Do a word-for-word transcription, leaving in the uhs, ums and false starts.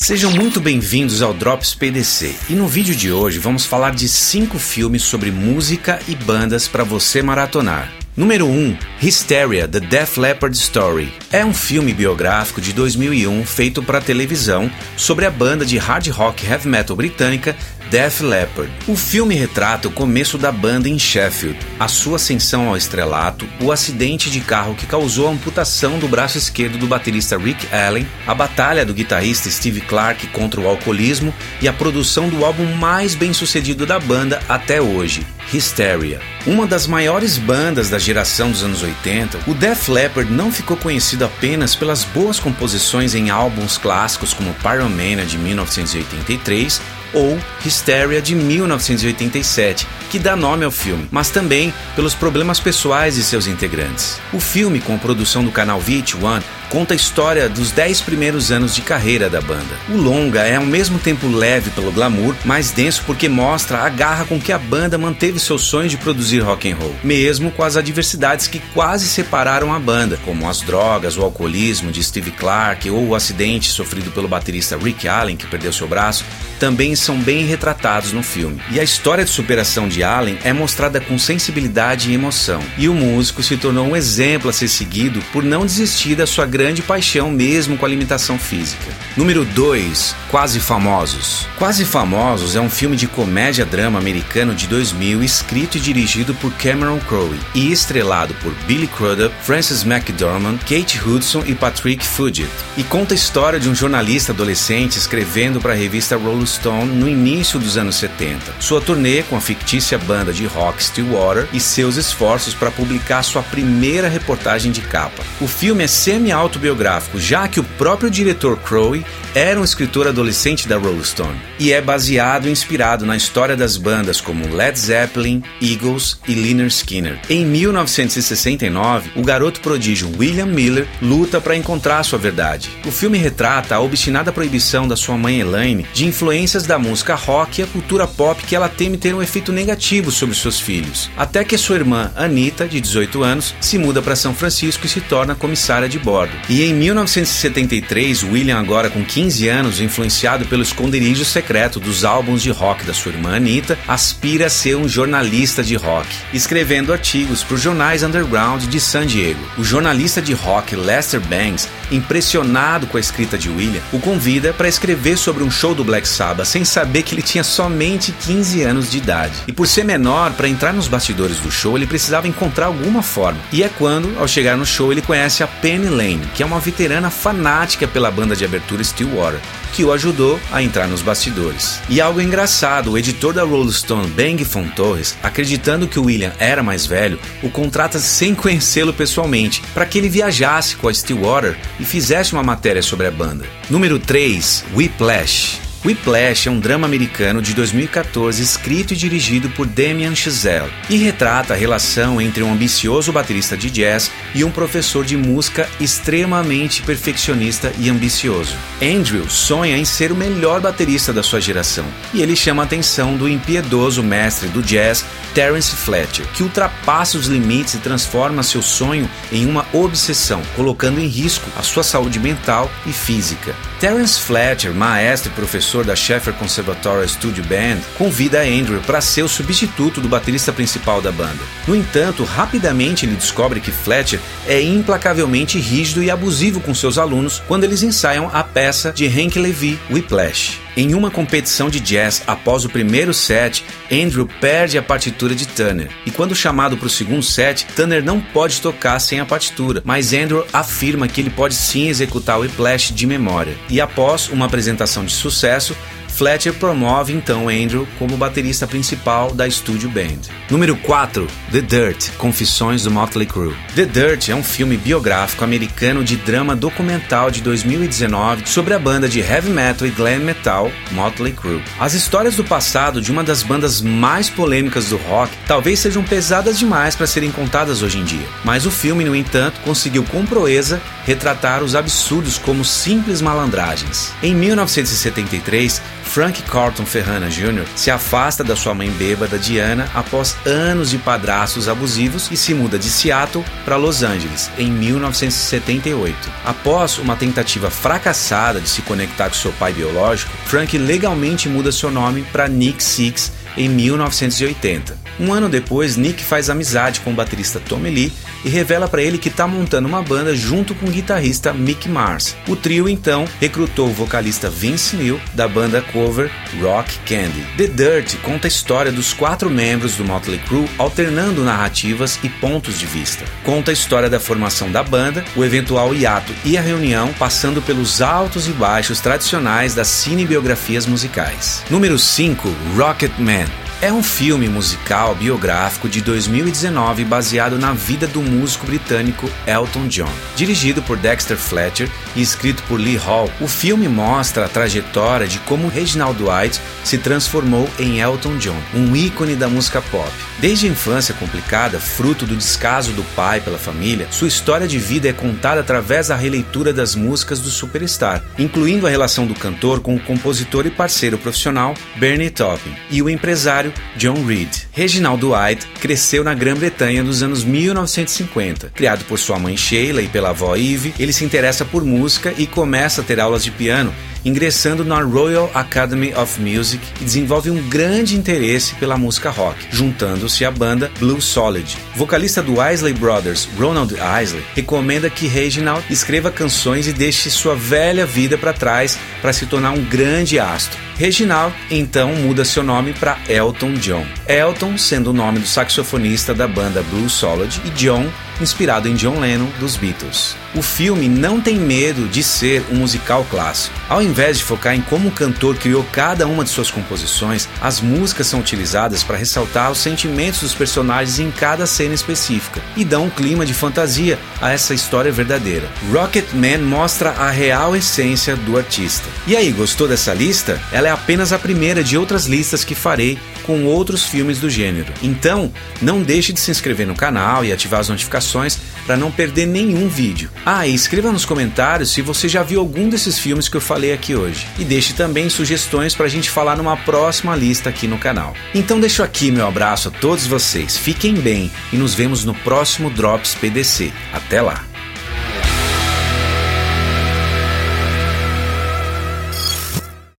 Sejam muito bem-vindos ao Drops P D C, e no vídeo de hoje vamos falar de cinco filmes sobre música e bandas para você maratonar. Número um, Hysteria, The Def Leppard Story. É um filme biográfico de dois mil e um feito para televisão sobre a banda de hard rock heavy metal britânica Def Leppard. O filme retrata o começo da banda em Sheffield, a sua ascensão ao estrelato, o acidente de carro que causou a amputação do braço esquerdo do baterista Rick Allen, a batalha do guitarrista Steve Clark contra o alcoolismo e a produção do álbum mais bem-sucedido da banda até hoje, Hysteria. Uma das maiores bandas da geração dos anos oitenta, o Def Leppard não ficou conhecido apenas pelas boas composições em álbuns clássicos como Pyromania de mil novecentos e oitenta e três ou Hysteria de mil novecentos e oitenta e sete, que dá nome ao filme, mas também pelos problemas pessoais de seus integrantes. O filme, com a produção do canal V H um, conta a história dos dez primeiros anos de carreira da banda. O longa é ao mesmo tempo leve pelo glamour, mas denso porque mostra a garra com que a banda manteve seu sonho de produzir rock and roll, mesmo com as adversidades que quase separaram a banda, como as drogas, o alcoolismo de Steve Clark ou o acidente sofrido pelo baterista Rick Allen, que perdeu seu braço, também são bem retratados no filme. E a história de superação de Allen é mostrada com sensibilidade e emoção, e o músico se tornou um exemplo a ser seguido por não desistir da sua grande paixão mesmo com a limitação física. Número dois, Quase Famosos. Quase Famosos é um filme de comédia-drama americano de dois mil, escrito e dirigido por Cameron Crowe e estrelado por Billy Crudup, Frances McDormand, Kate Hudson e Patrick Fugit, e conta a história de um jornalista adolescente escrevendo para a revista Rolling Stone no início dos anos setenta, sua turnê com a fictícia banda de rock Stillwater e seus esforços para publicar sua primeira reportagem de capa. O filme é semi-autobiográfico, já que o próprio diretor Crowe era um escritor adolescente da Rolling Stone, e é baseado e inspirado na história das bandas como Led Zeppelin, Eagles e Lynyrd Skynyrd. Em mil novecentos e sessenta e nove, o garoto prodígio William Miller luta para encontrar sua verdade. O filme retrata a obstinada proibição da sua mãe Elaine de influências da música rock e a cultura pop que ela teme ter um efeito negativo sobre seus filhos, até que sua irmã Anita, de dezoito anos, se muda para São Francisco e se torna comissária de bordo. E em mil novecentos e setenta e três, William, agora com quinze anos, influenciado pelo esconderijo secreto dos álbuns de rock da sua irmã Anita, aspira a ser um jornalista de rock, escrevendo artigos para os jornais underground de San Diego. O jornalista de rock Lester Bangs, impressionado com a escrita de William, o convida para escrever sobre um show do Black Sabbath sem saber que ele tinha somente quinze anos de idade. E por ser menor, para entrar nos bastidores do show, ele precisava encontrar alguma forma. E é quando, ao chegar no show, ele conhece a Penny Lane, que é uma veterana fanática pela banda de abertura Stillwater, que o ajudou a entrar nos bastidores. E algo engraçado, o editor da Rolling Stone, Bang Fon Torres, acreditando que o William era mais velho, o contrata sem conhecê-lo pessoalmente, para que ele viajasse com a Stillwater e fizesse uma matéria sobre a banda. Número três, Whiplash. Whiplash é um drama americano de dois mil e quatorze escrito e dirigido por Damien Chazelle e retrata a relação entre um ambicioso baterista de jazz e um professor de música extremamente perfeccionista e ambicioso. Andrew sonha em ser o melhor baterista da sua geração e ele chama a atenção do impiedoso mestre do jazz Terence Fletcher, que ultrapassa os limites e transforma seu sonho em uma obsessão, colocando em risco a sua saúde mental e física. Terence Fletcher, maestro e professor da Sheffield Conservatory Studio Band, convida Andrew para ser o substituto do baterista principal da banda. No entanto, rapidamente ele descobre que Fletcher é implacavelmente rígido e abusivo com seus alunos quando eles ensaiam a peça de Hank Levy, Whiplash. Em uma competição de jazz, após o primeiro set, Andrew perde a partitura de Turner. E quando chamado para o segundo set, Turner não pode tocar sem a partitura, mas Andrew afirma que ele pode sim executar o Whiplash de memória. E após uma apresentação de sucesso, Fletcher promove então Andrew como baterista principal da Studio Band. Número quatro, The Dirt, Confissões do Motley Crue. The Dirt é um filme biográfico americano de drama documental de dois mil e dezenove sobre a banda de heavy metal e glam metal Motley Crue. As histórias do passado de uma das bandas mais polêmicas do rock talvez sejam pesadas demais para serem contadas hoje em dia, mas o filme, no entanto, conseguiu com proeza retratar os absurdos como simples malandragens. Em mil novecentos e setenta e três, Frank Carlton Ferrana Júnior se afasta da sua mãe bêbada Diana após anos de padrastos abusivos e se muda de Seattle para Los Angeles em mil novecentos e setenta e oito. Após uma tentativa fracassada de se conectar com seu pai biológico, Frank legalmente muda seu nome para Nick Six em mil novecentos e oitenta. Um ano depois, Nick faz amizade com o baterista Tommy Lee e revela para ele que está montando uma banda junto com o guitarrista Mick Mars. O trio então recrutou o vocalista Vince Neil da banda cover Rock Candy. The Dirt conta a história dos quatro membros do Motley Crue alternando narrativas e pontos de vista. Conta a história da formação da banda, o eventual hiato e a reunião, passando pelos altos e baixos tradicionais das cinebiografias musicais. Número cinco. Rocketman. É um filme musical biográfico de dois mil e dezenove baseado na vida do músico britânico Elton John. Dirigido por Dexter Fletcher e escrito por Lee Hall, o filme mostra a trajetória de como Reginald Dwight se transformou em Elton John, um ícone da música pop. Desde a infância complicada, fruto do descaso do pai pela família, sua história de vida é contada através da releitura das músicas do superstar, incluindo a relação do cantor com o compositor e parceiro profissional Bernie Taupin e o empresário John Reid. Reginald Dwight cresceu na Grã-Bretanha nos anos mil novecentos e cinquenta. Criado por sua mãe Sheila e pela avó Eve, ele se interessa por música e começa a ter aulas de piano, ingressando na Royal Academy of Music e desenvolve um grande interesse pela música rock, juntando-se à banda Blue Solid. O vocalista do Isley Brothers, Ronald Isley, recomenda que Reginald escreva canções e deixe sua velha vida para trás para se tornar um grande astro. Reginald então muda seu nome para Elton John. Elton sendo o nome do saxofonista da banda Blue Solid e John inspirado em John Lennon dos Beatles. O filme não tem medo de ser um musical clássico. Ao invés de focar em como o cantor criou cada uma de suas composições, as músicas são utilizadas para ressaltar os sentimentos dos personagens em cada cena específica e dão um clima de fantasia a essa história verdadeira. Rocketman mostra a real essência do artista. E aí, gostou dessa lista? Ela é apenas a primeira de outras listas que farei com outros filmes do gênero. Então, não deixe de se inscrever no canal e ativar as notificações para não perder nenhum vídeo. Ah, e escreva nos comentários se você já viu algum desses filmes que eu falei aqui hoje. E deixe também sugestões para a gente falar numa próxima lista aqui no canal. Então deixo aqui meu abraço a todos vocês. Fiquem bem e nos vemos no próximo Drops P D C. Até lá!